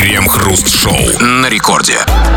Крем-хруст-шоу на рекорде.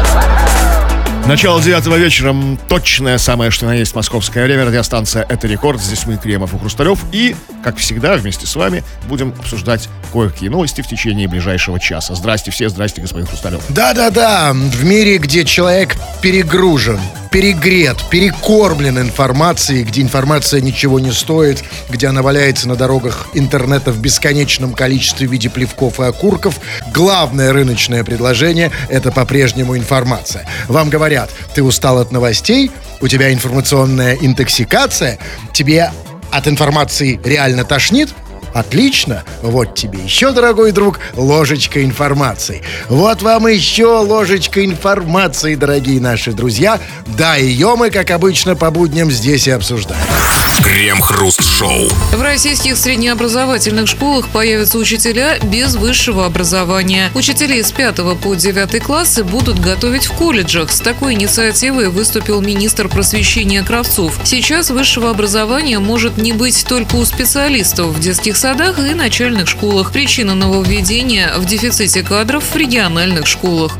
Начало 9 вечера, точное самое, что на есть московское время. Радиостанция «Это рекорд». Здесь мы, Кремов и Хрусталев. И, как всегда, вместе с вами будем обсуждать кое-какие новости в течение ближайшего часа. Здрасте все, здрасте, господин Хрусталев. Да-да-да, в мире, где человек перегружен, перегрет, перекормлен информацией, где информация ничего не стоит, где она валяется на дорогах интернета в бесконечном количестве в виде плевков и окурков, главное рыночное предложение – это по-прежнему информация. Вам говорят, ты устал от новостей, у тебя информационная интоксикация, тебе от информации реально тошнит? Отлично, вот тебе еще, дорогой друг, ложечка информации. Вот вам еще ложечка информации, дорогие наши друзья. Да, ее мы, как обычно, по будням здесь и обсуждаем. Крем-хруст-шоу. В российских среднеобразовательных школах появятся учителя без высшего образования. Учителей с 5 по 9 классы будут готовить в колледжах. С такой инициативой выступил министр просвещения Кравцов. Сейчас высшего образования может не быть только у специалистов в детских садах и начальных школах. Причина нововведения в дефиците кадров в региональных школах.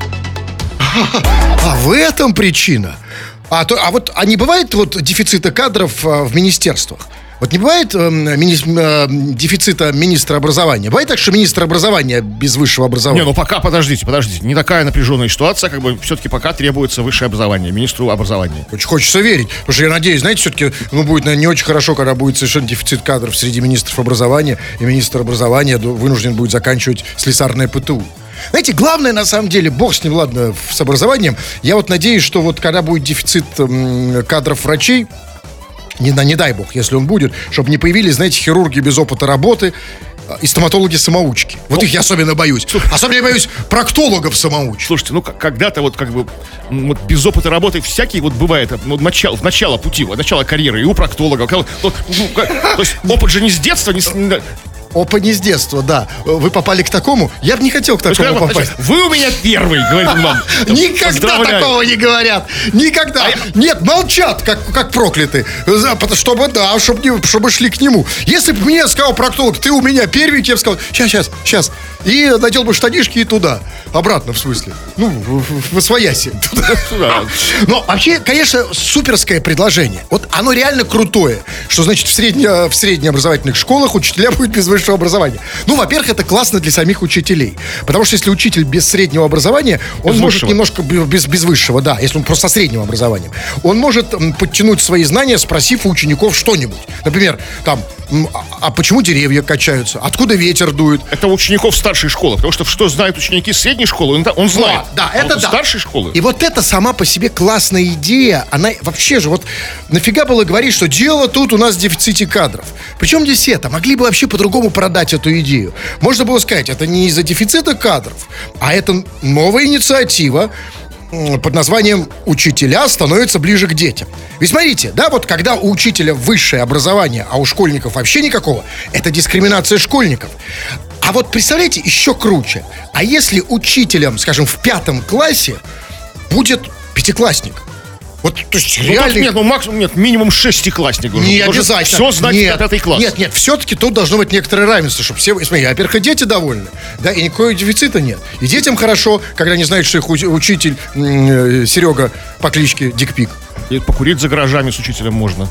А в этом причина? А не бывает дефицита кадров в министерствах? Вот не бывает дефицита министра образования? Бывает так, что министр образования без высшего образования? Не, пока, подождите. Не такая напряженная ситуация, все-таки пока требуется высшее образование, министру образования. Очень хочется верить, потому что я надеюсь, знаете, все-таки, будет, наверное, не очень хорошо, когда будет совершенно дефицит кадров среди министров образования, и министр образования вынужден будет заканчивать слесарное ПТУ. Знаете, главное, на самом деле, бог с ним, ладно, с образованием, я надеюсь, что когда будет дефицит кадров врачей, не дай бог, если он будет, чтобы не появились, знаете, хирурги без опыта работы и стоматологи-самоучки. Их я особенно боюсь. Особенно я боюсь проктологов-самоучек. Слушайте, когда-то без опыта работы всякий бывает в начало пути, начало карьеры и у проктолога. То есть опыт же не с детства, Опыт не с детства, да. Вы попали к такому? Я бы не хотел к такому попасть. Вы у меня первый, говорит он вам. Никогда такого не говорят. Никогда. Нет, молчат, как проклятые. Чтобы шли к нему. Если бы мне сказал проктолог, ты у меня первый, я бы сказал, сейчас. И надел бы штанишки и туда. Обратно, в смысле. В освояси. Но вообще, конечно, суперское предложение. Оно реально крутое. Что значит в среднеобразовательных школах учителя будут без высшего образования. Во-первых, это классно для самих учителей. Потому что если учитель без среднего образования, он может немножко без высшего, да, если он просто со средним образованием, он может подтянуть свои знания, спросив у учеников что-нибудь. Например, а почему деревья качаются? Откуда ветер дует? Это у учеников старшей школы, потому что знают ученики средней школы, он знает. Да, это да. Старшей школы. И это сама по себе классная идея. Она вообще же, нафига было говорить, что дело тут у нас в дефиците кадров? Причем здесь это? Могли бы вообще по-другому продать эту идею. Можно было сказать, это не из-за дефицита кадров, а это новая инициатива под названием «Учителя становятся ближе к детям». Ведь смотрите, когда у учителя высшее образование, а у школьников вообще никакого, это дискриминация школьников. А представляете, еще круче. А если учителем, скажем, в 5 классе будет пятиклассник? То есть реально... максимум, минимум шестиклассник. Не обязательно. Все знать в 5 класс. Нет, все-таки тут должно быть некоторое равенство, чтобы все... Смотри, во-первых, и дети довольны, да, и никакого дефицита нет. И детям хорошо, когда они знают, что их учитель Серега по кличке Дикпик. И покурить за гаражами с учителем можно.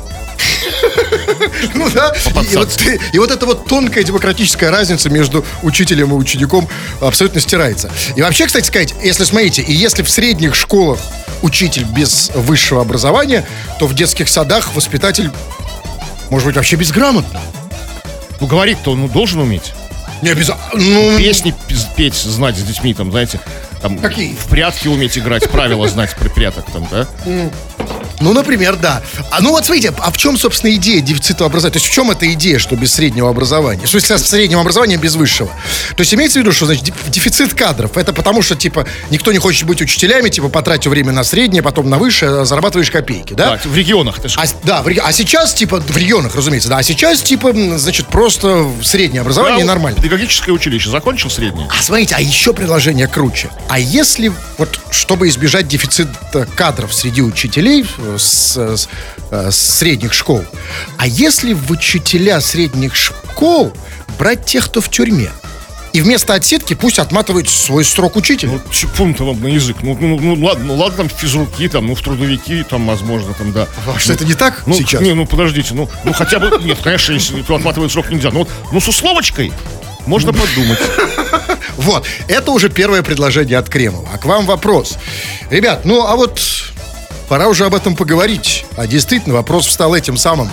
Да. И эта тонкая демократическая разница между учителем и учеником абсолютно стирается. И вообще, кстати сказать, если в средних школах учитель без высшего образования, то в детских садах воспитатель может быть вообще безграмотный. Говорить-то он должен уметь. Не обязательно. Песни петь, знать с детьми, знаете, какие? В прятки уметь играть, правила знать про пряток, да? Например, да. Смотрите, а в чем, собственно, идея дефицита образования? То есть в чем эта идея, что без среднего образования? В смысле, с среднего образования без высшего? То есть имеется в виду, что, значит, дефицит кадров. Это потому, что, никто не хочет быть учителями, потратив время на среднее, потом на высшее, зарабатываешь копейки, да? Да, в регионах. А сейчас, в регионах, разумеется, да. А сейчас, значит, просто среднее образование нормально. Педагогическое училище закончил среднее. Смотрите, еще предложение круче. А если, чтобы избежать дефицита кадров среди учителей, с средних школ. А если в учителя средних школ брать тех, кто в тюрьме? И вместо отсидки пусть отматывает свой срок учителя. Ну, чепун-то вам на язык. Ладно, там физруки, там, в трудовики, там, возможно, там, да. А что, это не так сейчас? Не, подождите, хотя бы, нет, конечно, если отматывать срок нельзя, но с условочкой можно подумать. Вот, это уже первое предложение от Кремова. А к вам вопрос. Ребят, пора уже об этом поговорить. А действительно, вопрос встал этим самым,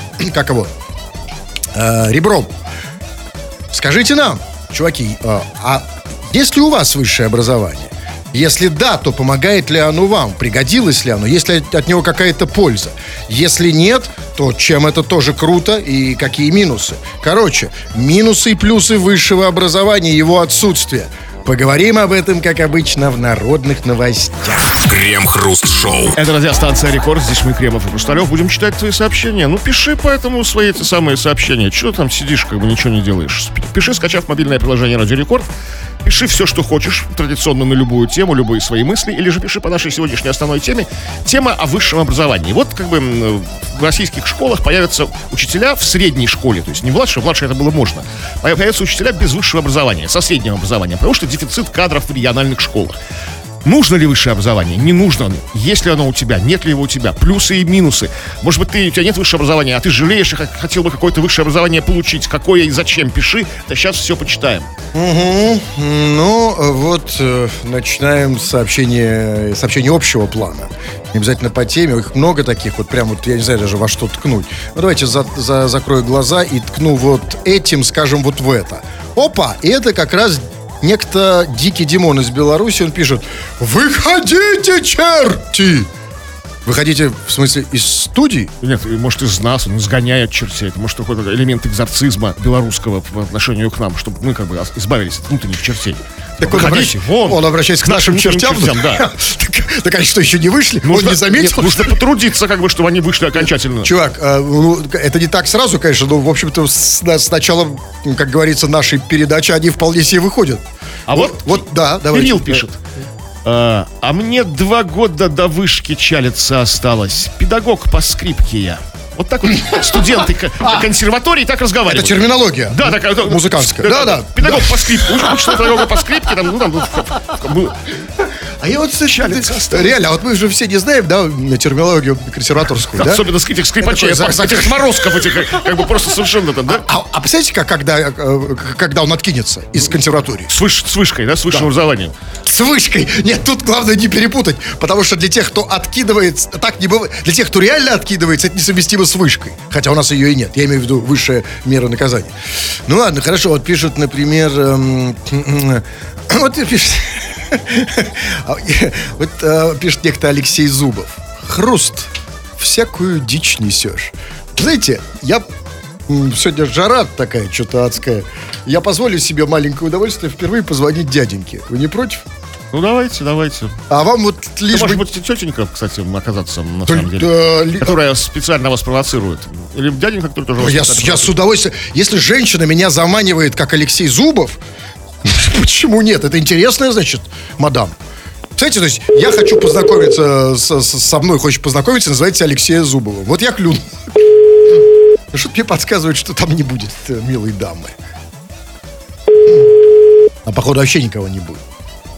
ребром. Скажите нам, чуваки, а есть ли у вас высшее образование? Если да, то помогает ли оно вам? Пригодилось ли оно? Есть ли от него какая-то польза? Если нет, то чем это тоже круто и какие минусы? Короче, минусы и плюсы высшего образования и его отсутствия. Поговорим об этом, как обычно, в народных новостях. Крем-хруст-шоу. Это радиостанция «Рекорд». Здесь мы, Кремов и Хрусталев. Будем читать твои сообщения. Пиши поэтому свои эти самые сообщения. Чего там сидишь, ничего не делаешь? Пиши, скачав мобильное приложение «Радио Рекорд». Пиши все, что хочешь, традиционно на любую тему, любые свои мысли. Или же пиши по нашей сегодняшней основной теме. Тема о высшем образовании. Вот в российских школах появятся учителя в средней школе. То есть не младше это было можно. Появятся учителя без высшего образования, со средним образованием. Потому что дефицит кадров в региональных школах. Нужно ли высшее образование? Не нужно. Есть ли оно у тебя? Нет ли его у тебя? Плюсы и минусы. Может быть, у тебя нет высшего образования, а ты жалеешь и хотел бы какое-то высшее образование получить. Какое и зачем? Пиши. Да сейчас все почитаем. Начинаем с сообщения общего плана. Не обязательно по теме. Их много таких. Я не знаю даже во что ткнуть. Давайте закрою глаза и ткну этим, скажем, в это. Опа! И это как раз... Некто Дикий Димон из Беларуси, он пишет: «Выходите, черти!» Выходите, в смысле, из студии? Нет, может, из нас, он изгоняет чертей. Это может какой-то элемент экзорцизма белорусского по отношению к нам, чтобы мы избавились от внутренних чертей. Так он обращается к нашим чертям, да. Так они что, еще не вышли? Он не заметил? Нет, нужно потрудиться, чтобы они вышли окончательно. Чувак, это не так сразу, конечно, но, в общем-то, с начала, как говорится, нашей передачи они вполне себе выходят. Да, давайте. Кирилл пишет. А мне 2 года до вышки чалиться осталось. Педагог по скрипке я. Вот так студенты консерватории так разговаривают. Это терминология. Да, такая музыкантская. Да. Педагог по скрипке. Учится педагога по скрипке. А я реально, мы же все не знаем, да, терминологию консерваторскую, да? Особенно с этих скрипачей, этих морозков, просто совершенно там, да? А представляете, когда он откинется из консерватории? С вышкой, да, с высшим образованием. С вышкой. Нет, тут главное не перепутать, потому что для тех, кто откидывается, так не бывает. Для тех, кто реально откидывается, это несовместимо с вышкой. Хотя у нас ее и нет. Я имею в виду высшая мера наказания. Ну ладно, хорошо. Пишут, например, пишет некто Алексей Зубов: «Хруст, всякую дичь несешь». Знаете, сегодня жара такая, что-то адская. Я позволю себе маленькое удовольствие впервые позвонить дяденьке. Вы не против? Давайте. А вам лишь может быть, тетенька, кстати, оказаться, на самом деле, которая специально вас провоцирует. Или дяденька, который тоже вас провоцирует. Я с удовольствием. Если женщина меня заманивает, как Алексей Зубов, почему нет? Это интересная, значит, мадам. Знаете, то есть я хочу познакомиться со мной, хочет познакомиться, называется Алексея Зубова. Вот я клюну. Что-то мне подсказывает, что там не будет милой дамы. А походу вообще никого не будет.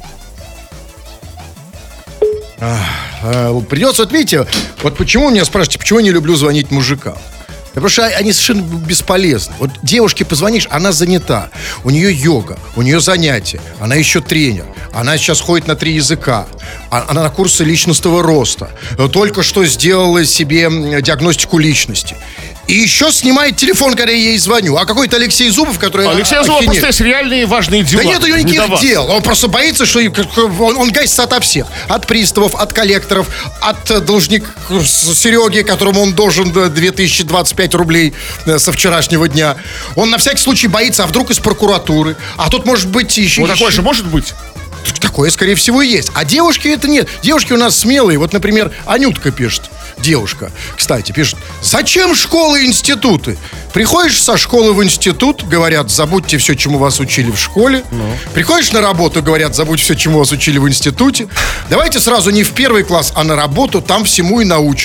Придется, видите, почему меня спрашиваете, почему я не люблю звонить мужикам? Потому что они совершенно бесполезны. Девушке позвонишь, она занята. У нее йога, у нее занятия. Она еще тренер. Она сейчас ходит на 3 языка. Она на курсы личностного роста. Только что сделала себе диагностику личности. И еще снимает телефон, когда я ей звоню. А какой-то Алексей Зубов, который... Алексей Зубов просто есть реальные важные дела. Да нет у него никаких дел. Он просто боится, что он гасится ото всех. От приставов, от коллекторов, от должника Сереги, которому он должен 2025 рублей со вчерашнего дня. Он на всякий случай боится, а вдруг из прокуратуры. А тут может быть еще... такое же может быть? Такое, скорее всего, и есть. А девушки это нет. Девушки у нас смелые. Вот, например, Анютка пишет. Девушка, кстати, пишет: «Зачем школы и институты? Приходишь со школы в институт, говорят, забудьте все, чему вас учили в школе. Приходишь на работу, говорят, забудь все, чему вас учили в институте. Давайте сразу не в 1 класс, а на работу, там всему и научат.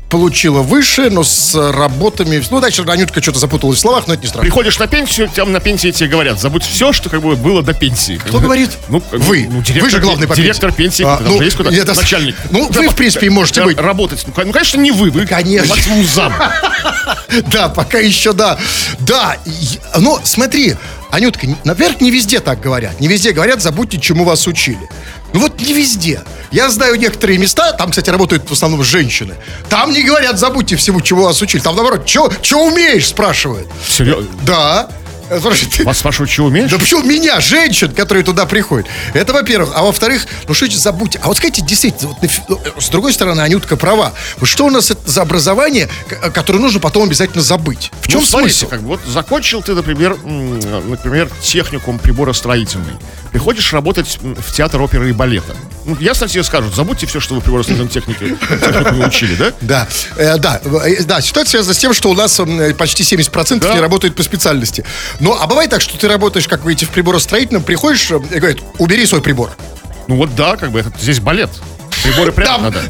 получила высшее, но с работами... Ну, дальше Анютка что-то запуталась в словах, но это не страшно. Приходишь на пенсию, там на пенсии тебе говорят, забудь все, что как бы было до пенсии. Кто говорит? Ну, Вы. директор, Вы же главный по директор пенсии. ну, Есть куда нет, начальник. Ну, вы, в принципе, можете быть. Работать. Ну, конечно, не вы. Вы, Конечно. максимум зам. Да, пока еще да. Да, но смотри, Анютка, наверное, не везде так говорят. Не везде говорят, забудьте, чему вас учили. Ну вот не везде. Я знаю некоторые места, там, кстати, работают в основном женщины. Там не говорят, забудьте всему, чего вас учили. Там, наоборот, что умеешь, спрашивают. Серьезно? Да. Вас спрашивают, что умеешь? Да почему меня, женщин, которые туда приходят? Это, во-первых. А во-вторых, ну что это забудьте. А вот скажите, действительно, вот, с другой стороны, Анютка права. Вот что у нас это за образование, которое нужно потом обязательно забыть? В чем смысл? Как бы, вот закончил ты, например, техникум приборостроительный. Приходишь работать в театр оперы и балета. Ну, ясно тебе скажут, забудьте все, что вы в приборостроительной технике учили, да? Да, ситуация связана с тем, что у нас почти 70% не работают по специальности. Ну, а бывает так, что ты работаешь, как вы в приборостроительном, приходишь и говорят, убери свой прибор. Ну вот да, как бы здесь балет. Приборы прятать надо.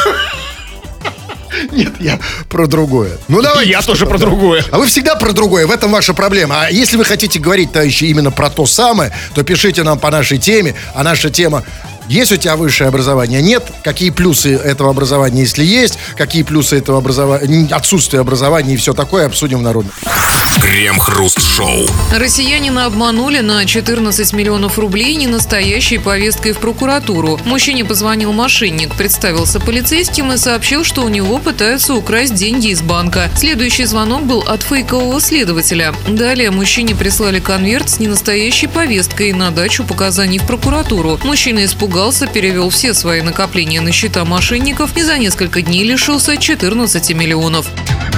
Нет, я про другое. Ну давайте. Я тоже про другое. А вы всегда про другое, в этом ваша проблема. А если вы хотите говорить, товарищи, именно про то самое, то пишите нам по нашей теме. А наша тема: есть у тебя высшее образование? Нет. Какие плюсы этого образования, если есть? Какие плюсы этого образования, отсутствие образования и все такое, обсудим в народном. Крем-хруст-шоу. Россиянина обманули на 14 миллионов рублей ненастоящей повесткой в прокуратуру. Мужчине позвонил мошенник, представился полицейским и сообщил, что у него пытаются украсть деньги из банка. Следующий звонок был от фейкового следователя. Далее мужчине прислали конверт с ненастоящей повесткой на дачу показаний в прокуратуру. Мужчина испугался, перевел все свои накопления на счета мошенников и за несколько дней лишился 14 миллионов.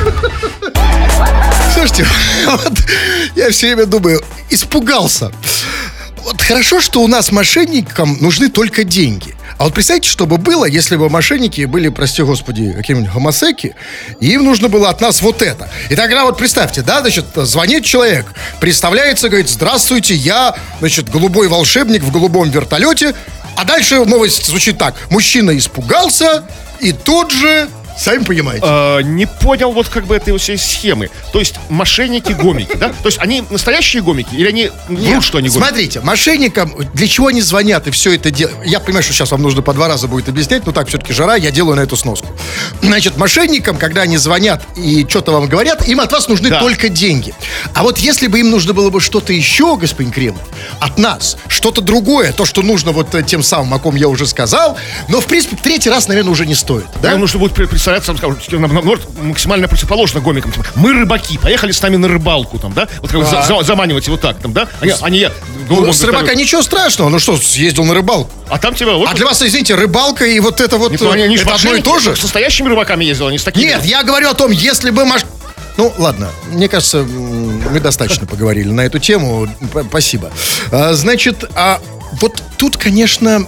Слушайте, вот я все время думаю, испугался. Вот хорошо, что у нас мошенникам нужны только деньги. А вот представьте, что бы было, если бы мошенники были, прости господи, какие-нибудь гомосеки, и им нужно было от нас вот это. И тогда вот представьте, да, значит, звонит человек, представляется, говорит: здравствуйте, я, значит, голубой волшебник в голубом вертолете. А дальше новость звучит так: мужчина испугался и тут же... Сами понимаете. Не понял вот как бы этой всей схемы. То есть мошенники-гомики, да? То есть они настоящие гомики или они врут, что они гомики? Смотрите, мошенникам, для чего они звонят и все это делают? Я понимаю, что сейчас вам нужно по 2 раза будет объяснять, но так все-таки жара, я делаю на эту сноску. Значит, мошенникам, когда они звонят и что-то вам говорят, им от вас нужны только деньги. А вот если бы им нужно было бы что-то еще, господин Кремов, от нас, что-то другое, то, что нужно вот тем самым, о ком я уже сказал, но, в принципе, 3-й раз, наверное, уже не стоит. Да? Нам нужно будет представить, максимально противоположно гомикам. Мы рыбаки, поехали с нами на рыбалку, там, да? Вот как бы заманивать его так, там, да? С рыбака ничего страшного, ну что, съездил на рыбалку. А там тебя... Вот, а для вас, извините, рыбалка и вот это вот... они это одно и то же? С настоящими рыбаками ездил, а не с такими. Нет, я говорю о том, если бы... Ну, ладно, мне кажется, мы достаточно поговорили на эту тему. Спасибо. Значит, вот тут, конечно...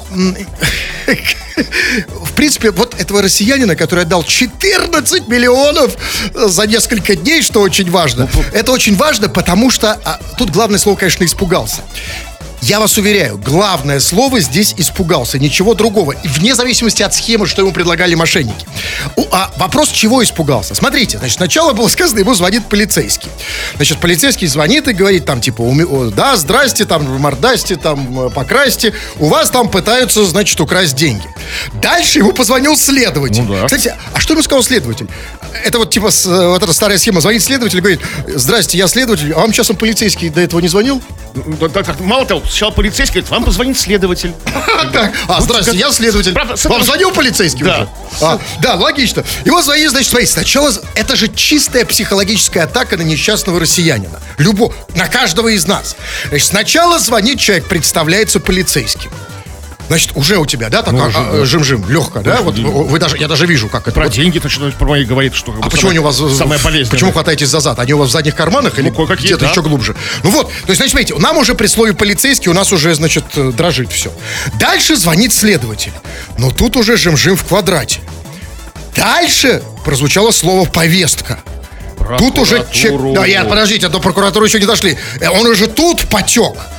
В принципе, вот этого россиянина, который отдал 14 миллионов за несколько дней, что очень важно. Это очень важно, потому что тут главное слово, конечно, испугался. Я вас уверяю, главное слово здесь испугался, ничего другого. И вне зависимости от схемы, что ему предлагали мошенники. Вопрос, чего испугался? Смотрите, значит, сначала было сказано, ему звонит полицейский. Значит, полицейский звонит и говорит там, типа, да, здрасте, там, мордасте, там, покрасьте. У вас там пытаются, значит, украсть деньги. Дальше ему позвонил следователь. Ну, да. Кстати, а что ему сказал следователь? Это вот, типа, вот эта старая схема. Звонит следователь и говорит: здрасте, я следователь. А вам часом полицейский до этого не звонил? Мало того, сначала полицейский говорит: вам позвонит следователь. Здрасте, я следователь. Вам звонил полицейский уже? Да, логично. И вот звонит, значит, смотрите, сначала это же чистая психологическая атака на несчастного россиянина. На каждого из нас. Значит, сначала звонит человек, представляется полицейским. Значит, уже у тебя, да, такая жим-жим, легкая, да? Вот я даже вижу, как это. Про деньги начинают про мои говорит, что... А почему они у вас... Самое полезное. Почему хватаетесь за зад? Они у вас в задних карманах или где-то еще глубже? Ну вот, то есть, значит, смотрите, нам уже при слове полицейский у нас уже, значит, дрожит все. Дальше звонит следователь. Но тут уже жим-жим в квадрате. Дальше прозвучало слово повестка. Тут уже... Да, подождите, до прокуратуры еще не дошли. Он уже тут потек.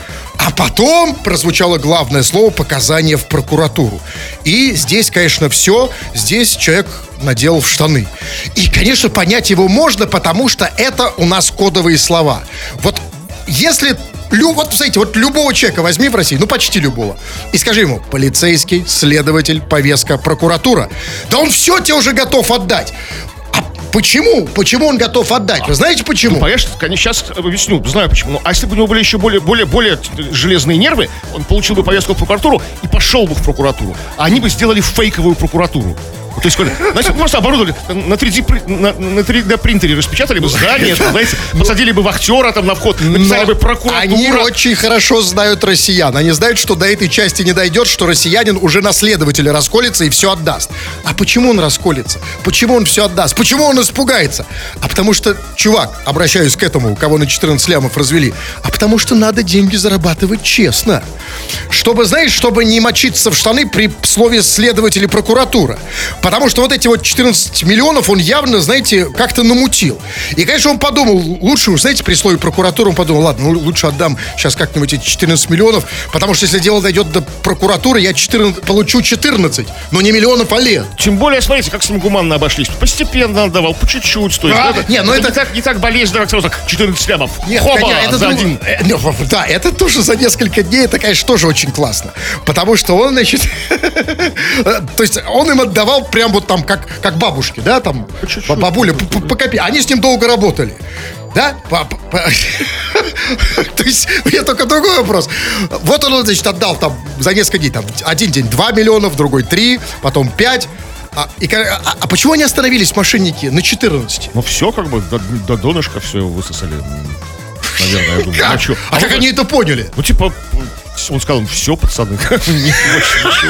А потом прозвучало главное слово «показания в прокуратуру». И здесь, конечно, все. Здесь человек наделал в штаны. И, конечно, понять его можно, потому что это у нас кодовые слова. Вот если... Вот, посмотрите, вот любого человека возьми в России, ну почти любого, и скажи ему: полицейский, следователь, повестка, прокуратура. Да он все тебе уже готов отдать. А почему? Почему он готов отдать? Вы знаете почему? Ну, конечно, сейчас объясню, знаю почему. А если бы у него были еще более железные нервы, он получил бы повестку в прокуратуру и пошел бы в прокуратуру. А они бы сделали фейковую прокуратуру. То есть, знаете, просто оборудовали на 3D принтере, распечатали бы здание, знаете, посадили бы вахтера там на вход, написали бы прокуратура. Они очень хорошо знают россиян. Они знают, что до этой части не дойдет, что россиянин уже на следователя расколется и все отдаст. А почему он расколется? Почему он все отдаст? Почему он испугается? А потому что, чувак, обращаюсь к этому, кого на 14 лямов развели, а потому что надо деньги зарабатывать честно. Чтобы, знаешь, чтобы не мочиться в штаны при слове следователь и прокуратура. Потому что вот эти вот 14 миллионов он явно, знаете, как-то намутил. И, конечно, он подумал, лучше уж, знаете, при слове прокуратура он подумал: ладно, ну лучше отдам сейчас как-нибудь эти 14 миллионов, потому что если дело дойдет до прокуратуры, я получу 14, но не миллионов, а лет. Тем более, смотрите, как с ним гуманно обошлись. Постепенно отдавал, по чуть-чуть стоит. Не так болезненно, как сразу, так 14 лямов. Хоба, за один. Да, это тоже за несколько дней, это, конечно, тоже очень классно. Потому что он, значит, то есть он им отдавал прям вот там, как бабушки, да, там, бабуля, по копейке. Они с ним долго работали. Да? То есть, у меня только другой вопрос. Вот он, значит, отдал там за несколько дней, там, один день 2 миллиона, в другой 3, потом 5. А почему они остановились, мошенники, на 14? Ну, все, как бы, до донышка все высосали. Наверное, я думаю. Как они это поняли? Ну, типа, он сказал: все, пацаны, не больше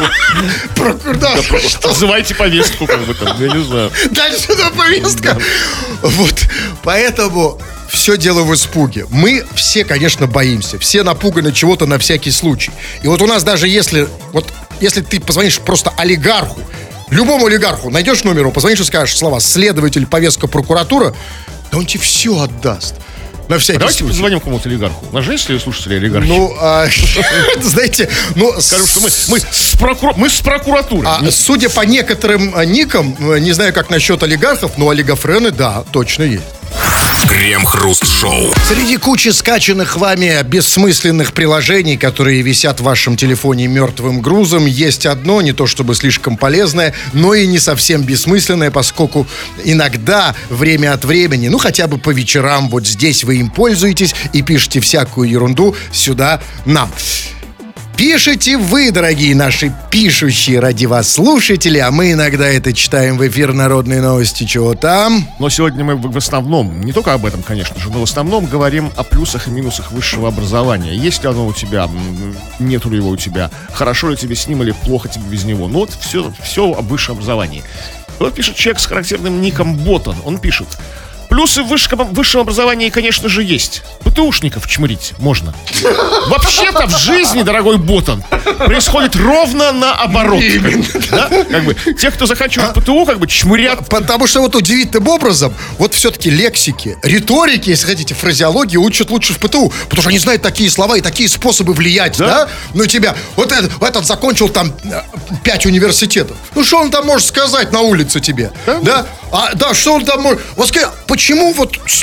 ничего. Называйте повестку, как бы там, я не знаю. Дальше сюда повестка. Вот, поэтому все дело в испуге. Мы все, конечно, боимся. Все напуганы чего-то на всякий случай. И вот у нас даже если ты позвонишь просто олигарху, любому олигарху, найдешь номер, позвонишь и скажешь слова «следователь, повестка, прокуратура», да он тебе все отдаст. На всякий Давайте случай. позвоним кому-то олигарху. У нас же есть слушатели олигархи? Ну, знаете, скажем, что мы с прокуратурой. Судя по некоторым никам, не знаю, как насчет олигархов, но олигофрены, да, точно есть. Крем-хруст-шоу. Среди кучи скачанных вами бессмысленных приложений, которые висят в вашем телефоне мертвым грузом, есть одно, не то чтобы слишком полезное, но и не совсем бессмысленное, поскольку иногда, время от времени, ну хотя бы по вечерам, вот здесь вы им пользуетесь и пишете всякую ерунду сюда нам. Пишите вы, дорогие наши пишущие ради вас слушатели, а мы иногда это читаем в эфир «Народные новости», чего там. Но сегодня мы в основном, не только об этом, конечно же, но в основном говорим о плюсах и минусах высшего образования. Есть ли оно у тебя, нету ли его у тебя, хорошо ли тебе с ним или плохо тебе без него. Ну вот все об высшем образовании. Вот пишет человек с характерным ником Ботан. Он пишет: плюсы в высшем образовании, конечно же, есть. ПТУшников чмырить можно. Вообще-то в жизни, дорогой Ботан, происходит ровно наоборот. Да? Как бы, те, кто заканчивает ПТУ, как бы чмырят. Потому что вот удивительным образом, вот все-таки лексики, риторики, если хотите, фразеологии учат лучше в ПТУ. Потому что они знают такие слова и такие способы влиять, да? На тебя. Вот этот закончил там 5 университетов. Ну, что он там может сказать на улице тебе? Да? Да, что он там может... Вот скажи, почему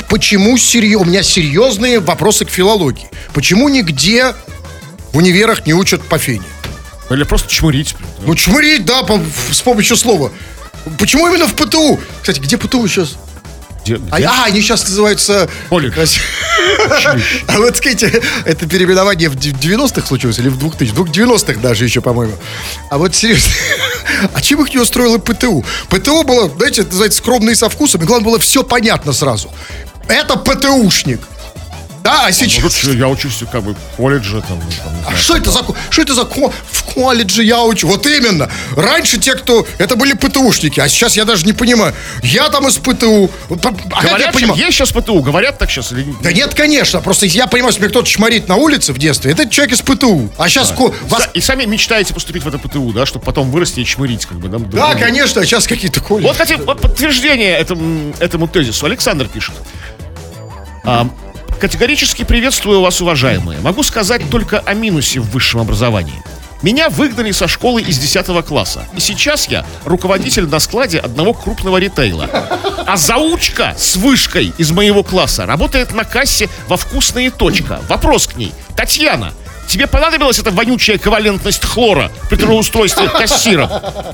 у меня серьезные вопросы к филологии? Почему нигде в универах не учат по фене? Или просто чмырить. Ну, чмырить, да, с помощью слова. Почему именно в ПТУ? Кстати, где ПТУ сейчас? Они сейчас называются... Колледж. А вот, скажите, это переименование в 90-х случилось или в 2000-х? В 90-х даже еще, по-моему. А вот серьезно, а чем их не устроило ПТУ? ПТУ было, знаете, это называется скромно и со вкусом, и главное было все понятно сразу. Это ПТУшник. Да, а сейчас... Я учусь как бы в колледже. Что это за в колледже я учу? Вот именно. Раньше те, кто... Это были ПТУшники, а сейчас я даже не понимаю. Я там из ПТУ. Говорят, есть сейчас ПТУ? Говорят так сейчас? Или... Да нет, конечно. Просто я понимаю, если мне кто-то чморит на улице в детстве, это человек из ПТУ. А сейчас... И сами мечтаете поступить в это ПТУ, да? Чтобы потом вырасти и чморить, как бы. Да, конечно. А сейчас какие-то колледжи. Вот, кстати, подтверждение этому тезису. Александр пишет. Категорически приветствую вас, уважаемые. Могу сказать только о минусе в высшем образовании. Меня выгнали со школы из 10 класса. И сейчас я руководитель на складе одного крупного ритейла. А заучка с вышкой из моего класса работает на кассе во «Вкусная точка». Вопрос к ней. Татьяна, тебе понадобилась эта вонючая ковалентность хлора при трудоустройстве кассира?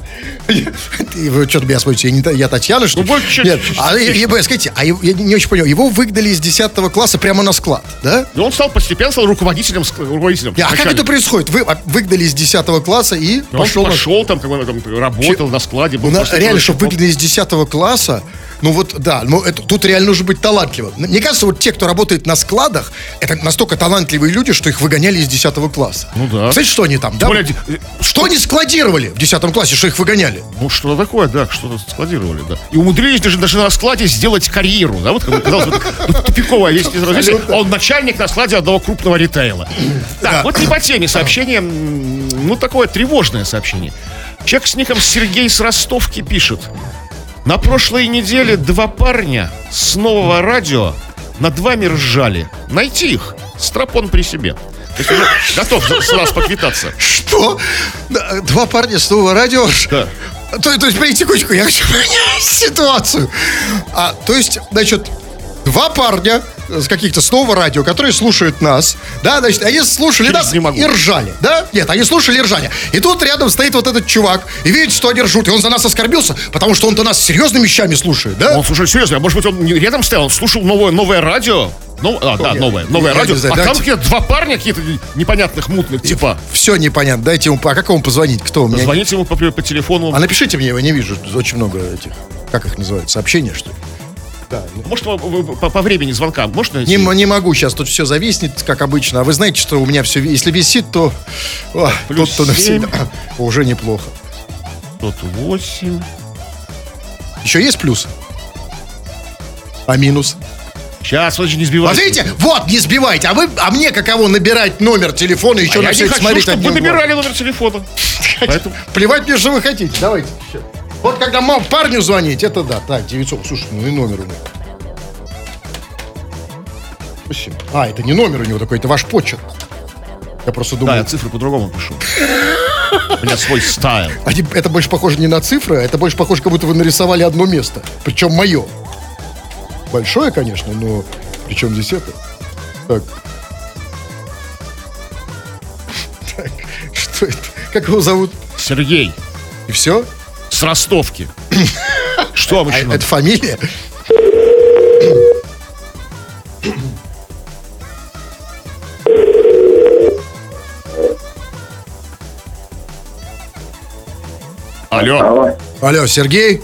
Вы что-то меня смотрите, я Татьяна, что ли? Нет, скажите, я не очень понял, его выгнали из 10 класса прямо на склад, да? И он постепенно стал руководителем. А как это происходит? Вы выгнали из 10 класса и пошел там, работал на складе. Реально, чтобы выгнали из 10 класса, тут реально нужно быть талантливым. Мне кажется, вот те, кто работает на складах, это настолько талантливые люди, что их выгоняли из 10 класса. Ну да. Знаете, что они там, да? Что они складировали в 10 классе, что их выгоняли? Ну, что-то такое, да, что-то складировали, да. И умудрились даже на складе сделать карьеру, да, вот, как казалось, тупиковая вещь. Он начальник на складе одного крупного ритейла. Так, вот не по теме сообщение, такое тревожное сообщение. Человек с ником Сергей с Ростовки пишет. На прошлой неделе 2 парня с нового радио над вами ржали. Найти их, стропон при себе. То есть уже готов сразу поквитаться. Что? 2 парня с нового радио? Да. То есть, секундочку, я хочу понять ситуацию. То есть, значит, 2 парня с каких-то с нового радио, которые слушают нас, да, значит, они слушали нас и ржали, да? Нет, они слушали и ржали. И тут рядом стоит вот этот чувак, и видит, что они ржут, и он за нас оскорбился, потому что он-то нас серьезными вещами слушает, да? Он слушает серьезно, а может быть, он не рядом стоял, он слушал новое радио. Новое радио. Знаю, там какие-то 2 парня, какие-то непонятных, мутных типа. Все непонятно. Дайте ему, как ему позвонить? Кто у меня? Позвоните ему по телефону. А напишите мне, я не вижу, очень много этих, как их называют, сообщения, что ли? Да. Может, по времени звонка можно найти? Не могу, сейчас тут все зависнет, как обычно. А вы знаете, что у меня все, если висит, то тот-то навсегда. Уже неплохо. Тут 8. Еще есть плюсы? А минус? Сейчас, вот не сбивайте. Вот видите, не сбивайте. А мне каково набирать номер телефона, еще на все это смотреть. Я не хочу, чтобы вы набирали номер телефона. Плевать мне, что вы хотите. Давайте. Вот когда парню звонить, это да. Так, 900, слушай, и номер у него. Это не номер у него такой, это ваш почерк. Я просто думаю... Да, я цифры по-другому пишу. У меня свой стайл. Это больше похоже не на цифры, это больше похоже, как будто вы нарисовали одно место. Причем мое. Большое, конечно, но причем здесь это? Так, что это? Как его зовут? Сергей. И все? С Ростовки. Что вам еще надо? Это фамилия? Алло, Сергей?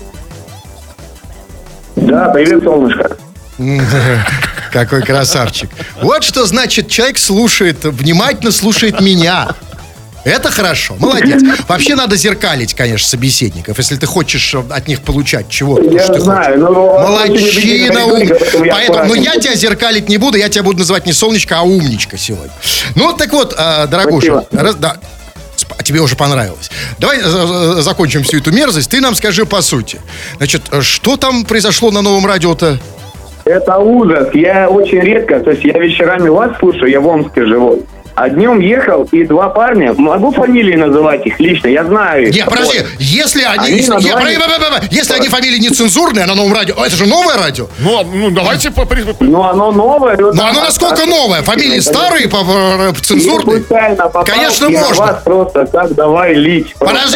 Да, привет, солнышко. Какой красавчик. Вот что значит, человек внимательно слушает меня. Это хорошо, молодец. Вообще надо зеркалить, конечно, собеседников, если ты хочешь от них получать чего-то. Я знаю, но... Молодчина, поэтому я тебя зеркалить не буду, я тебя буду называть не солнечко, а умничка сегодня. Ну, так вот, дорогуша, а тебе уже понравилось. Давай закончим всю эту мерзость. Ты нам скажи по сути. Значит, что там произошло на новом радио-то? Это ужас. Я очень редко, то есть я вечерами вас слушаю, я в Омске живу. А днем ехал, и 2 парня, могу фамилии называть их лично, я знаю. Нет, подожди, если они фамилии нецензурные на новом радио, это же новое радио. Ну, давайте... Ну, оно новое. Ну, оно насколько новое? Фамилии старые, цензурные? Конечно, можно. Вас просто так давай лить.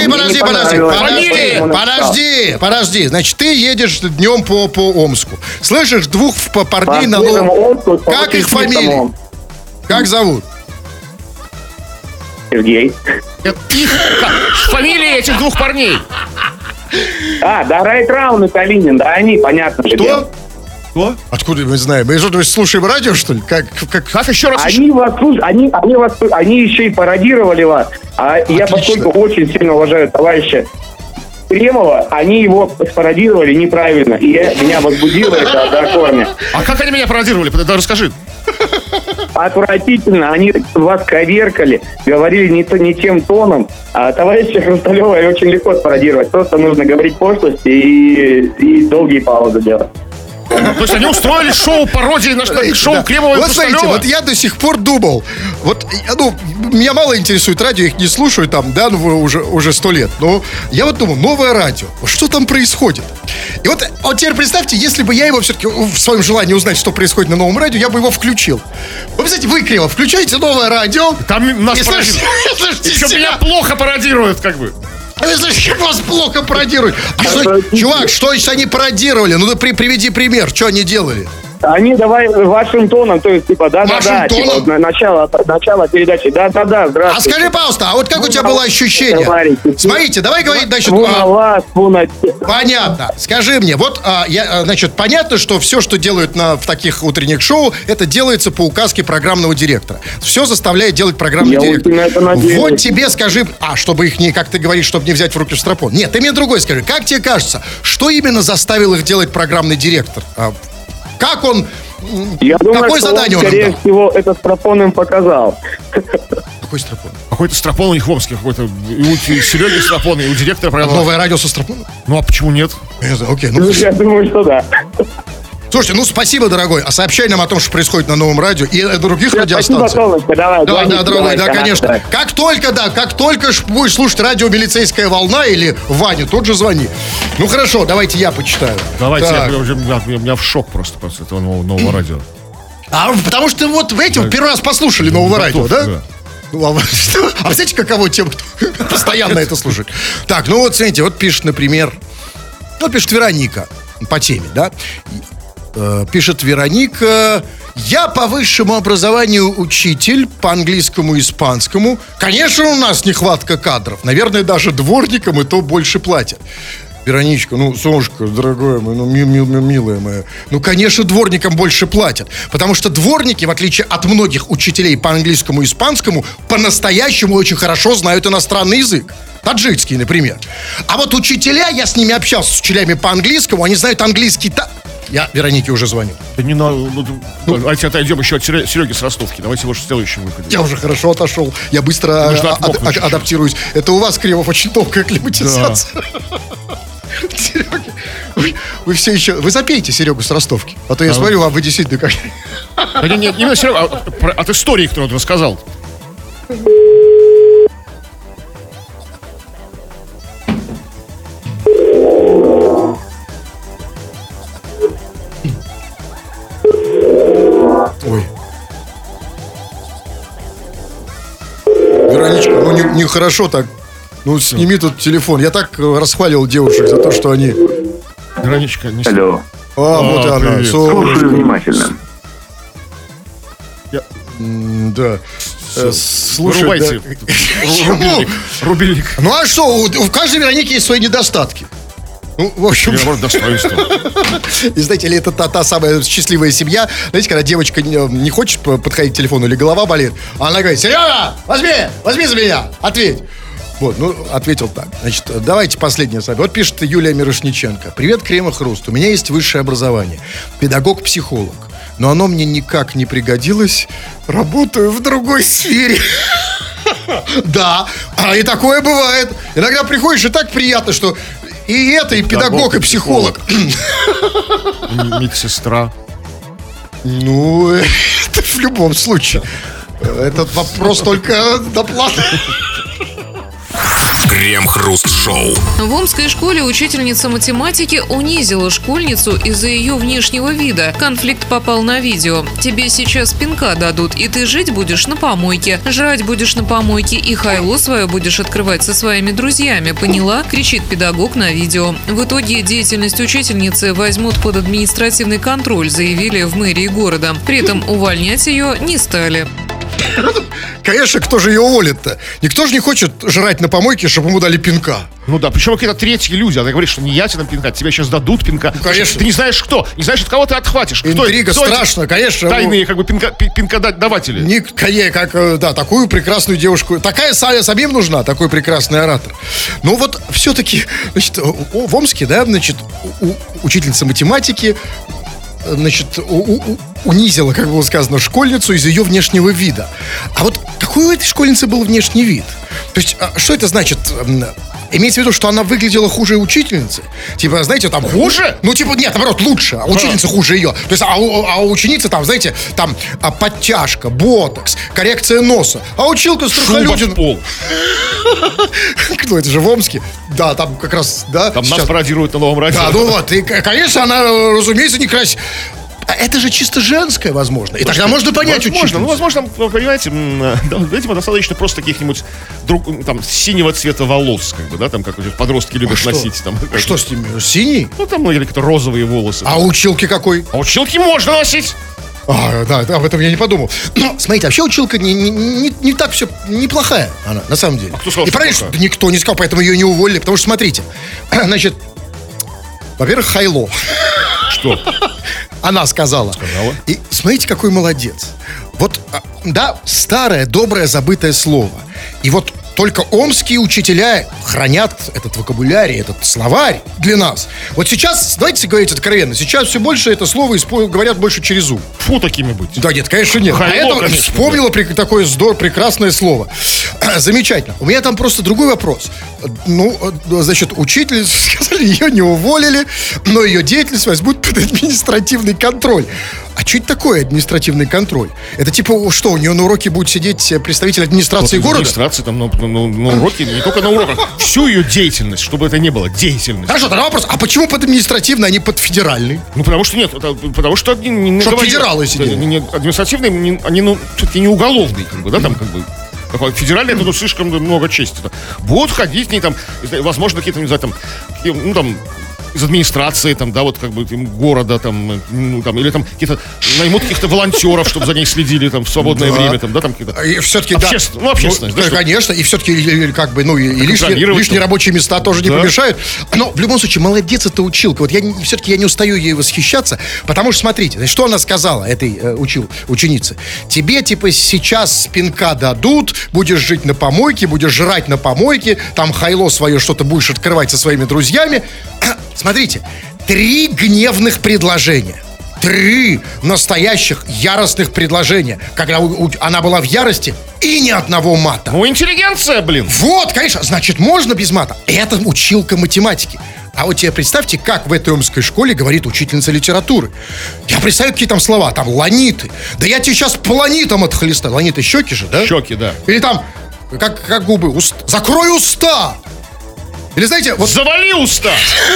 Подожди. Значит, ты едешь днем по Омску. Слышишь 2 парней на новом... Как их фамилии? Как зовут? Сергей. Фамилии этих 2 парней. Райт Раун и Калинин, да, они, понятно. Что? Откуда мы знаем? Мы что, слушаем радио, что ли? Как еще раз? Они вас слушают, они еще и пародировали вас. Я, поскольку очень сильно уважаю товарища Кремова, они его спародировали неправильно. И меня возбудило это до корня. А как они меня пародировали? Расскажи. Отвратительно. Они вас коверкали, говорили не тем тоном. А товарища Хрусталева очень легко спародировать. Просто нужно говорить пошлости и долгие паузы делать. То есть они устроили шоу пародии на шоу Кремова и Вот смотрите, Хрусталева? вот я до сих пор думал, вот, меня мало интересует радио, я их не слушаю там, да, уже 100 лет, но я вот думал, новое радио, что там происходит? И вот теперь представьте, если бы я его все-таки в своем желании узнать, что происходит на новом радио, я бы его включил. Вы представляете, вы, Кремов, включаете новое радио. Там нас и пародируют. слушайте Причем себя. меня плохо пародируют, как бы. Вы слышите, как вас плохо пародируют. Чувак, что еще они пародировали? Ну, ты приведи пример, что они делали? Они давай вашим тоном, то есть, типа, да-да-да, Вашим типа, тоном? начало передачи, да-да-да, А здравствуйте. скажи, пожалуйста, а вот как у тебя было ощущение? Товарищи, Смотрите, давай говорить, значит... Фу на вас, фу на тех. Понятно. Скажи мне, вот, значит, понятно, что все, что делают в таких утренних шоу, это делается по указке программного директора. Все заставляет делать программный Я директор. очень на это надеюсь. Вот тебе скажи, чтобы их не, как ты говоришь, чтобы не взять в руки стропон. Нет, ты мне другой скажи. Как тебе кажется, что именно заставил их делать программный директор? Как он... Я думаю, Какое что задание он, он скорее им дал? всего, этот стропон им показал. Какой стропон? Какой-то стропон у них в Омске, какой-то. И у Сереги стропон, и у директора программы. Новое радио со стропоном? Ну а почему нет? Я не знаю, окей, Я думаю, что да. Слушайте, спасибо, дорогой. А сообщай нам о том, что происходит на новом радио и других Спасибо, радиостанциях. солнышко, давай. Да, звоните, дорогой, давай, конечно. давай. Как только будешь слушать радио «Милицейская волна» или Ваню, тут же звони. Ну хорошо, давайте я почитаю. Давайте, Так. у меня в шок просто после этого нового радио. Потому что вот в эти первый раз послушали нового радио, да? Да. А знаете, каково тем, кто постоянно это слушает? Так, вот смотрите, вот пишет, например, пишет Вероника по теме, да? Пишет Вероника: я по высшему образованию учитель по английскому и испанскому. Конечно, у нас нехватка кадров. Наверное, даже дворникам и то больше платят. Вероничка, солнышко, дорогое мое, милая моя. Конечно, дворникам больше платят. Потому что дворники, в отличие от многих учителей по английскому и испанскому, по-настоящему очень хорошо знают иностранный язык. Таджикский, например. А вот учителя, я с ними общался, с учителями по английскому, они знают английский Я Веронике уже звоню. Да не надо. Давайте отойдем еще от Сереги с Ростовки. Давайте его следующим выходим. Я уже хорошо отошел. Я быстро адаптируюсь. Это у вас, Кремов, очень тонкая климатизация. Серега, вы все еще... Вы запейте Серегу с Ростовки. А то я смотрю, вы действительно как... Да не именно Серега, от истории, которую он рассказал. Ой. Вероничка, нехорошо так. Сними тут телефон. Я так расхваливал девушек за то, что они... Вероничка, не... Алло. Вот и она. Привет. Слушаю внимательно. Да. Слушай, Вырубайте. Рубильник. Ну а что, у каждой Вероники есть свои недостатки. В общем... Наоборот, достоинство. И знаете ли, это та самая счастливая семья. Знаете, когда девочка не хочет подходить к телефону или голова болит, а она говорит: Серега, возьми за меня, ответь. Вот, ответил так. Значит, давайте последнее с вами. Вот пишет Юлия Мирошниченко. Привет, Крем и Хруст. У меня есть высшее образование. Педагог-психолог. Но оно мне никак не пригодилось. Работаю в другой сфере. Да, и такое бывает. Иногда приходишь, и так приятно, что и это, и педагог, и психолог. Медсестра. Это в любом случае. Этот вопрос только доплаты. Крем-хруст-шоу. В Омской школе учительница математики унизила школьницу из-за ее внешнего вида. Конфликт попал на видео. Тебе сейчас пинка дадут, и ты жить будешь на помойке. Жрать будешь на помойке, и хайло свое будешь открывать со своими друзьями. Поняла? Кричит педагог на видео. В итоге деятельность учительницы возьмут под административный контроль, заявили в мэрии города. При этом увольнять ее не стали. Конечно, кто же ее уволит-то? Никто же не хочет жрать на помойке, чтобы ему дали пинка. Ну да, причем какие-то третьи люди. Она говорит, что не я тебе дам пинка, тебе сейчас дадут пинка. Конечно. Ты не знаешь кто, не знаешь, от кого ты отхватишь. Интрига кто страшно, эти конечно. Тайные пинкодаватели. Такую прекрасную девушку. Такая самим нужна, такой прекрасный оратор. Но вот все-таки, значит, в Омске, да, значит, учительница математики, значит, унизила, как было сказано, школьницу из ее внешнего вида. А вот какой у этой школьницы был внешний вид? То есть, что это значит? Имеется в виду, что она выглядела хуже учительницы. Типа, знаете, там... Хуже? Ну, типа, нет, наоборот, лучше. А учительница хуже ее. То есть, а у ученицы там, знаете, там подтяжка, ботокс, коррекция носа. А училка Шуба в пол. Кто, это же в Омске? Да, там как раз, да. Там нас пародируют на новом радио. Да, ну вот, и, конечно, она, разумеется, некрасивая. Это же чисто женское, возможно. И тогда можно понять учительницу. Ну, возможно, вы понимаете, видимо, достаточно просто каких-нибудь там синего цвета волос, как бы, да, там, как подростки любят носить. Там, что с ними? Синий? Ну, там, или какие-то розовые волосы. А у училки какой? А училки можно носить. Да, об этом я не подумал. Но, смотрите, вообще училка не так все неплохая, она, на самом деле. А кто сказал, и правильно, что что никто не сказал, поэтому ее не уволили. Потому что, смотрите, значит, во-первых, хайло. Что? Она сказала. И смотрите, какой молодец. Вот, да, старое, доброе, забытое слово. И вот только омские учителя хранят этот вокабулярий, этот словарь для нас. Вот сейчас, давайте говорить откровенно, сейчас все больше это слово говорят больше через «у». Фу, такими быть. Да нет, конечно, нет. Хайло, а это конечно, вспомнила такое прекрасное слово. Замечательно. У меня там просто другой вопрос. Ну, значит, учитель, сказали, ее не уволили, но ее деятельность возьмут под административный контроль. А что это такое административный контроль? Это типа, что, у нее на уроке будет сидеть представитель администрации города? Администрации там на уроке, не только на уроках, всю ее деятельность, чтобы это не было, деятельность. Хорошо, тогда вопрос, а почему под административный, а не под федеральный? Ну, потому что нет, потому что они Чтоб федералы сидели. Административный, они, все-таки не уголовные, как бы, да, там, как бы. Федеральные, это слишком много чести. Будут ходить к ней там, возможно, какие-то, не знаю, там, ну, там, из администрации, там, да, вот как бы города, там, ну, там, или там какие-то наймут каких-то волонтеров, чтобы за ней следили там в свободное время, там, да, там какие-то. И все-таки, да. Ну, общественность, ну, да, конечно, и все-таки, как бы, ну, и лишние рабочие места тоже не помешают. Но, в любом случае, молодец эта училка. Вот все-таки я не устаю ей восхищаться, потому что, смотрите, значит, что она сказала этой ученице? Тебе, типа, сейчас пинка дадут, будешь жить на помойке, будешь жрать на помойке, там хайло свое что-то будешь открывать со своими друзьями. Смотрите, 3 гневных предложения. 3 настоящих яростных предложения. Когда она была в ярости, и ни одного мата. Ну, интеллигенция, блин. Вот, конечно, значит, можно без мата. Это училка математики. А вот тебе представьте, как в этой омской школе говорит учительница литературы. Я представляю, какие там слова, там ланиты. Да я тебе сейчас планитом отхлестаю. Ланиты щеки же, да? Щеки, да. Или там, как губы, закрой уста. Или знаете, вот... Завали уста!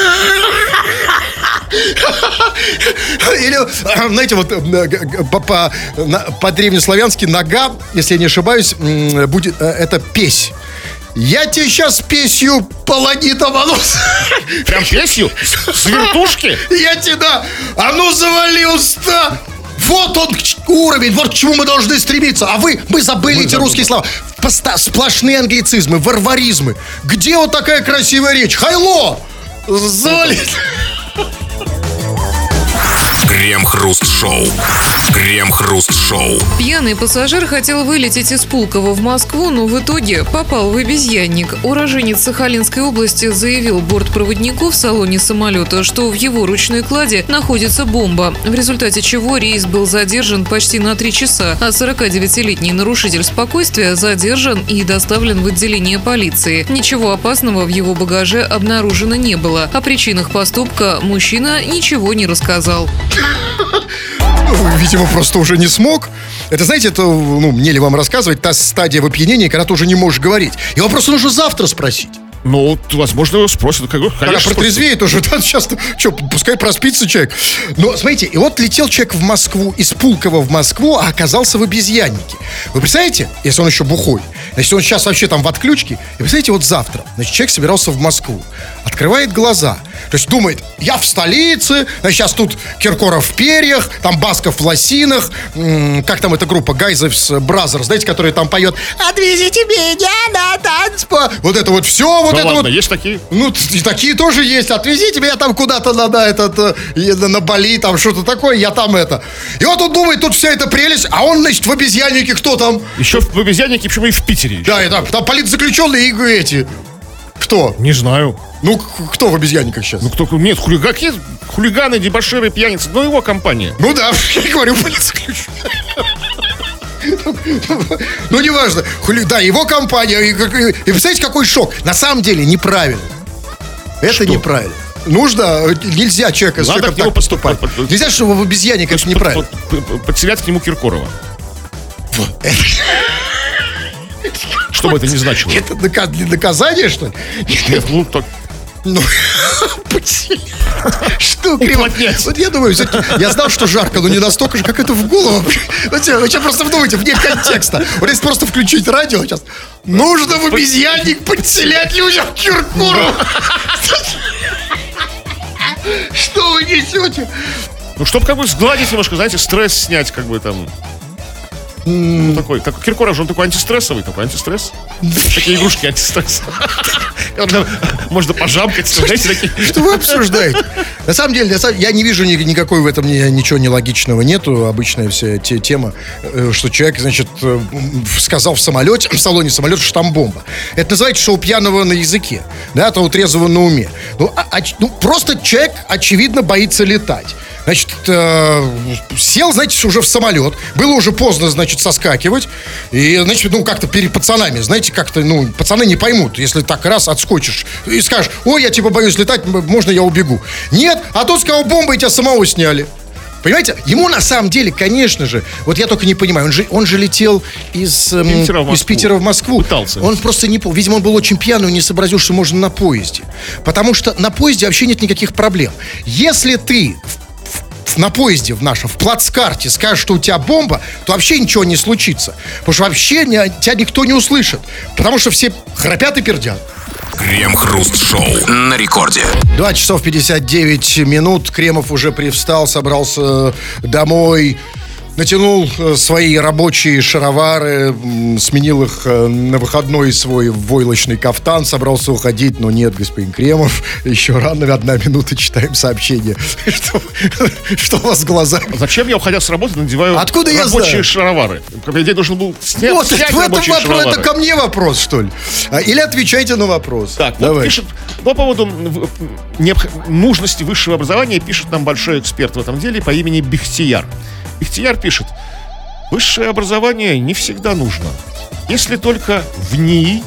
Или, знаете, вот по-древнеславянски нога, если я не ошибаюсь, будет, это песь. Я тебе сейчас песью полонитом, а ну... Прям песью? С вертушки? Я тебе, да, а ну завали уста! Вот он уровень, вот к чему мы должны стремиться. А мы забыли эти русские слова. Сплошные англицизмы, варваризмы. Где вот такая красивая речь? Хайло! Завали! Крем-хруст-шоу. Крем-хруст-шоу. Пьяный пассажир хотел вылететь из Пулково в Москву, но в итоге попал в обезьянник. Уроженец Сахалинской области заявил бортпроводнику в салоне самолета, что в его ручной кладе находится бомба, в результате чего рейс был задержан почти на 3 часа, а 49-летний нарушитель спокойствия задержан и доставлен в отделение полиции. Ничего опасного в его багаже обнаружено не было. О причинах поступка мужчина ничего не рассказал. Видимо, просто уже не смог. Это, знаете, это, ну, мне ли вам рассказывать, та стадия в опьянении, когда ты уже не можешь говорить. Его просто нужно завтра спросить. Ну, возможно, его спросят. Когда протрезвеет уже, да, сейчас, что, пускай проспится человек. Но, смотрите, и вот летел человек в Москву, из Пулково в Москву, а оказался в обезьяннике. Вы представляете, если он еще бухой, значит, он сейчас вообще там в отключке, и представляете, вот завтра, значит, человек собирался в Москву, открывает глаза, то есть думает, я в столице, значит, сейчас тут Киркоров в перьях, там Басков в лосинах, как там эта группа, Гайзовс Бразерс, знаете, которая там поет «Отвезите меня на танцпол». Вот это вот все, вот да это ладно, вот. Есть такие? Ну, и такие тоже есть. Отвезите меня там куда-то на Бали, там что-то такое, я там это. И вот он думает, тут вся эта прелесть, а он, значит, в обезьяннике кто там? Еще в обезьяннике, почему и в Питере еще. Да, и там политзаключенные и эти. Кто? Не знаю. Ну, кто в обезьянниках сейчас? Ну, кто? Нет, хулиганы, дебоширы, пьяницы. Ну, его компания. Ну да, я говорю, политзаключенные. Ну, неважно. Да, его компания. И представляете, какой шок. На самом деле неправильно. Это неправильно. Нельзя человека с человеком так поступать. Нельзя, чтобы в обезьяне как-то неправильно. Подселять к нему Киркорова. Что бы это ни значило. Это наказание, что ли? Нет, ну так. Ну, что, Кремов? Вот я думаю, я знал, что жарко, но не настолько же, как это в голову. Вы сейчас просто вдумайте, вне контекста. Вот если просто включить радио сейчас. Нужно в обезьянник подселять людям Киркорова. Что вы несете? Ну, чтобы как бы сгладить немножко, знаете, стресс снять, как бы там. Такой, как Киркоров же, он такой антистрессовый, антистресс. Такие игрушки антистресс. Можно пожамкать, знаете, такие. Что вы обсуждаете? На самом деле, я не вижу никакой в этом ничего нелогичного нету. Обычная вся тема, что человек, значит, сказал в салоне самолета, что там бомба. Это называется, что у пьяного на языке, да, то у трезвого на уме. Просто человек, очевидно, боится летать. Значит, сел, знаете, уже в самолет. Было уже поздно, значит, соскакивать. И, значит, как-то перед пацанами, знаете, как-то, пацаны не поймут, если так раз отскочишь и скажешь: ой, я типа боюсь летать, можно я убегу? Нет, а тот сказал бомба, и тебя самого сняли. Понимаете, ему на самом деле, конечно же, вот я только не понимаю, он же летел из Питера в Москву. Пытался. Он просто не понял. Видимо, он был очень пьяный, не сообразил, что можно на поезде. Потому что на поезде вообще нет никаких проблем. Если ты на поезде в плацкарте скажешь, что у тебя бомба, то вообще ничего не случится. Потому что вообще тебя никто не услышит. Потому что все храпят и пердят. Крем-хруст-шоу на рекорде. 2 часов 59 минут. Кремов уже привстал, собрался домой. Натянул свои рабочие шаровары, сменил их на выходной свой войлочный кафтан, собрался уходить, но нет, господин Кремов, еще рано, 1 минута, читаем сообщение. Что у вас глаза? Зачем я, уходя с работы, надеваю рабочие шаровары? Я должен был снять рабочие шаровары. Это ко мне вопрос, что ли? Или отвечайте на вопрос. Так, вот пишет, по поводу нужности высшего образования пишет нам большой эксперт в этом деле по имени Бехтияр. Бехтияр пишет: высшее образование не всегда нужно, если только в НИИ.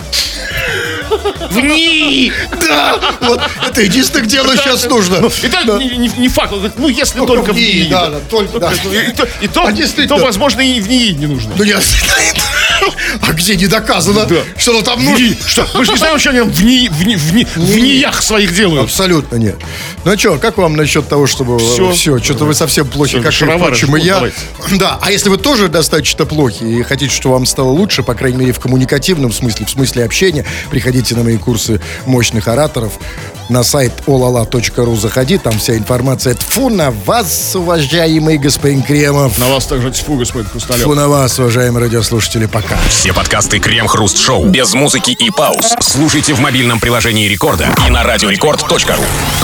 В НИИ! Да! Вот это единственное, где оно сейчас нужно. Это не факт. Если только в НИИ. Да, только, да. И то, возможно, и в НИИ не нужно. Ну, нет. А где не доказано, что оно там нужно? Что? Мы же не знаем, что они в НИИях своих делают. Абсолютно нет. Ну, а что, как вам насчет того, чтобы все, что-то вы совсем плохи, как впрочем, и я. Да, а если вы тоже достаточно плохи и хотите, чтобы вам стало лучше, по крайней мере, в коммуникативном смысле, в смысле общения, приходите на мои курсы мощных ораторов. На сайт olala.ru заходи, там вся информация. Тьфу на вас, уважаемый господин Кремов. На вас также тьфу, господин Хрусталев. Тьфу на вас, уважаемые радиослушатели, пока. Все подкасты Крем-хруст-шоу без музыки и пауз слушайте в мобильном приложении Рекорда и на радиорекорд.ру.